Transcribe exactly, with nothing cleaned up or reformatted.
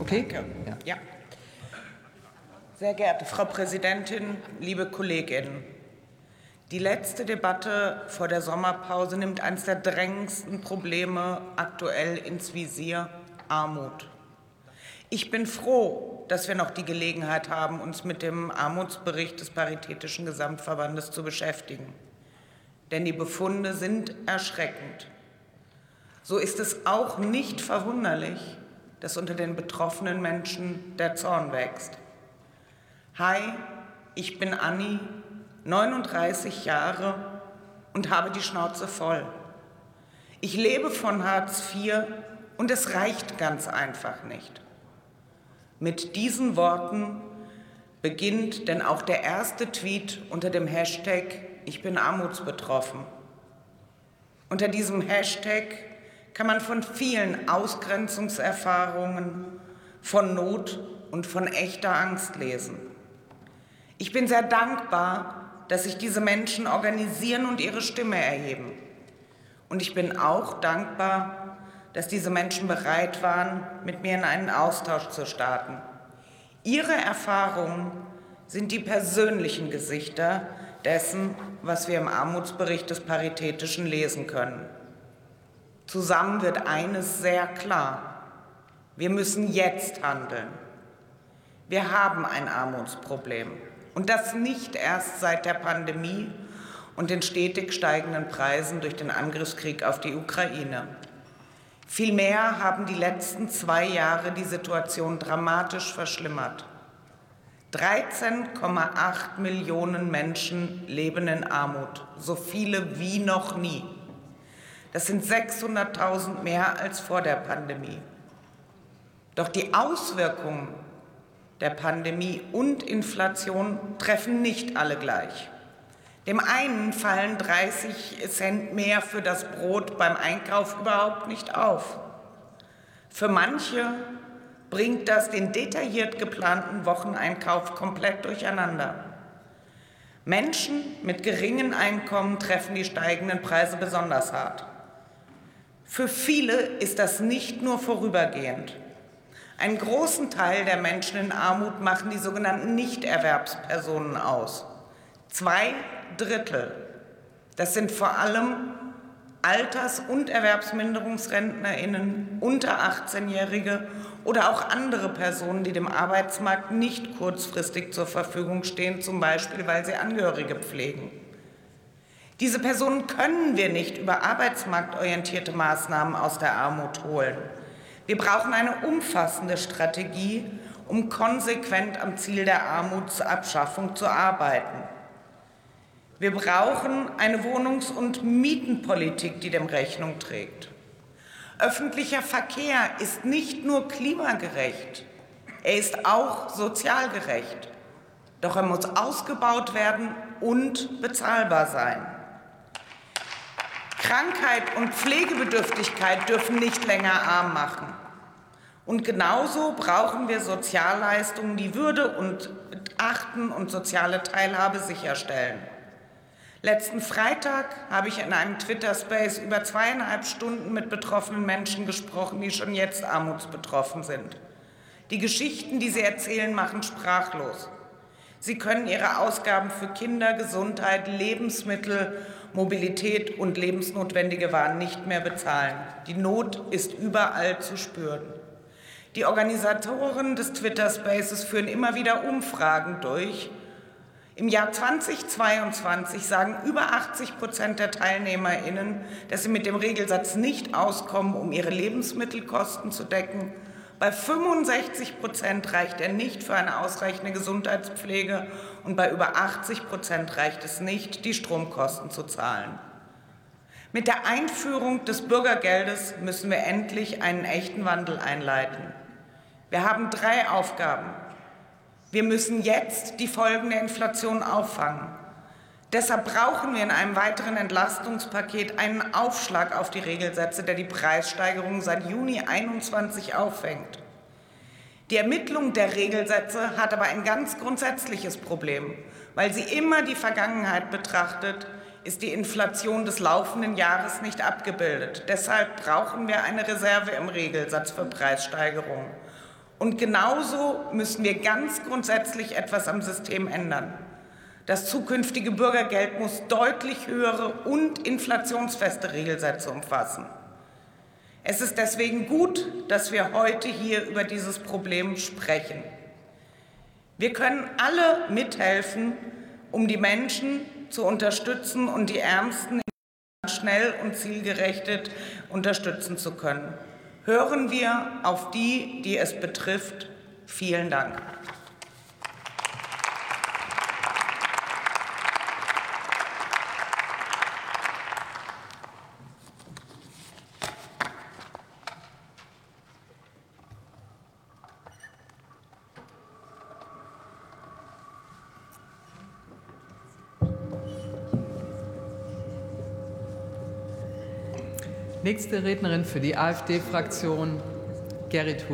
Okay? Danke. Ja. Ja. Sehr geehrte Frau Präsidentin, liebe Kolleginnen! Die letzte Debatte vor der Sommerpause nimmt eines der drängendsten Probleme aktuell ins Visier: Armut. Ich bin froh, dass wir noch die Gelegenheit haben, uns mit dem Armutsbericht des Paritätischen Gesamtverbandes zu beschäftigen. Denn die Befunde sind erschreckend. So ist es auch nicht verwunderlich, dass unter den betroffenen Menschen der Zorn wächst. Hi, ich bin Anni, neununddreißig Jahre und habe die Schnauze voll. Ich lebe von Hartz vier und es reicht ganz einfach nicht. Mit diesen Worten beginnt denn auch der erste Tweet unter dem Hashtag Ich bin armutsbetroffen. Unter diesem Hashtag kann man von vielen Ausgrenzungserfahrungen, von Not und von echter Angst lesen. Ich bin sehr dankbar, dass sich diese Menschen organisieren und ihre Stimme erheben. Und ich bin auch dankbar, dass diese Menschen bereit waren, mit mir in einen Austausch zu starten. Ihre Erfahrungen sind die persönlichen Gesichter dessen, was wir im Armutsbericht des Paritätischen lesen können. Zusammen wird eines sehr klar: Wir müssen jetzt handeln. Wir haben ein Armutsproblem. Und das nicht erst seit der Pandemie und den stetig steigenden Preisen durch den Angriffskrieg auf die Ukraine. Vielmehr haben die letzten zwei Jahre die Situation dramatisch verschlimmert. dreizehn Komma acht Millionen Menschen leben in Armut, so viele wie noch nie. Das sind sechshunderttausend mehr als vor der Pandemie. Doch die Auswirkungen der Pandemie und Inflation treffen nicht alle gleich. Dem einen fallen dreißig Cent mehr für das Brot beim Einkauf überhaupt nicht auf. Für manche bringt das den detailliert geplanten Wocheneinkauf komplett durcheinander. Menschen mit geringen Einkommen treffen die steigenden Preise besonders hart. Für viele ist das nicht nur vorübergehend. Einen großen Teil der Menschen in Armut machen die sogenannten Nichterwerbspersonen aus. Zwei Drittel. Das sind vor allem Alters- und ErwerbsminderungsrentnerInnen, unter achtzehnjährige oder auch andere Personen, die dem Arbeitsmarkt nicht kurzfristig zur Verfügung stehen, zum Beispiel, weil sie Angehörige pflegen. Diese Personen können wir nicht über arbeitsmarktorientierte Maßnahmen aus der Armut holen. Wir brauchen eine umfassende Strategie, um konsequent am Ziel der Armutsabschaffung zu arbeiten. Wir brauchen eine Wohnungs- und Mietenpolitik, die dem Rechnung trägt. Öffentlicher Verkehr ist nicht nur klimagerecht, er ist auch sozial gerecht. Doch er muss ausgebaut werden und bezahlbar sein. Krankheit und Pflegebedürftigkeit dürfen nicht länger arm machen. Und genauso brauchen wir Sozialleistungen, die Würde und achten und soziale Teilhabe sicherstellen. Letzten Freitag habe ich in einem Twitter-Space über zweieinhalb Stunden mit betroffenen Menschen gesprochen, die schon jetzt armutsbetroffen sind. Die Geschichten, die sie erzählen, machen sprachlos. Sie können ihre Ausgaben für Kinder, Gesundheit, Lebensmittel, Mobilität und lebensnotwendige Waren nicht mehr bezahlen. Die Not ist überall zu spüren. Die Organisatoren des Twitter-Spaces führen immer wieder Umfragen durch. Im Jahr zweitausendzweiundzwanzig sagen über achtzig Prozent der TeilnehmerInnen, dass sie mit dem Regelsatz nicht auskommen, um ihre Lebensmittelkosten zu decken. Bei fünfundsechzig Prozent reicht er nicht für eine ausreichende Gesundheitspflege und bei über achtzig Prozent reicht es nicht, die Stromkosten zu zahlen. Mit der Einführung des Bürgergeldes müssen wir endlich einen echten Wandel einleiten. Wir haben drei Aufgaben. Wir müssen jetzt die Folgen der Inflation auffangen. Deshalb brauchen wir in einem weiteren Entlastungspaket einen Aufschlag auf die Regelsätze, der die Preissteigerung seit Juni einundzwanzig auffängt. Die Ermittlung der Regelsätze hat aber ein ganz grundsätzliches Problem. Weil sie immer die Vergangenheit betrachtet, ist die Inflation des laufenden Jahres nicht abgebildet. Deshalb brauchen wir eine Reserve im Regelsatz für Preissteigerungen. Und genauso müssen wir ganz grundsätzlich etwas am System ändern. Das zukünftige Bürgergeld muss deutlich höhere und inflationsfeste Regelsätze umfassen. Es ist deswegen gut, dass wir heute hier über dieses Problem sprechen. Wir können alle mithelfen, um die Menschen zu unterstützen und die Ärmsten schnell und zielgerichtet unterstützen zu können. Hören wir auf die, die es betrifft. Vielen Dank. Nächste Rednerin für die AfD-Fraktion, Gerrit Huth.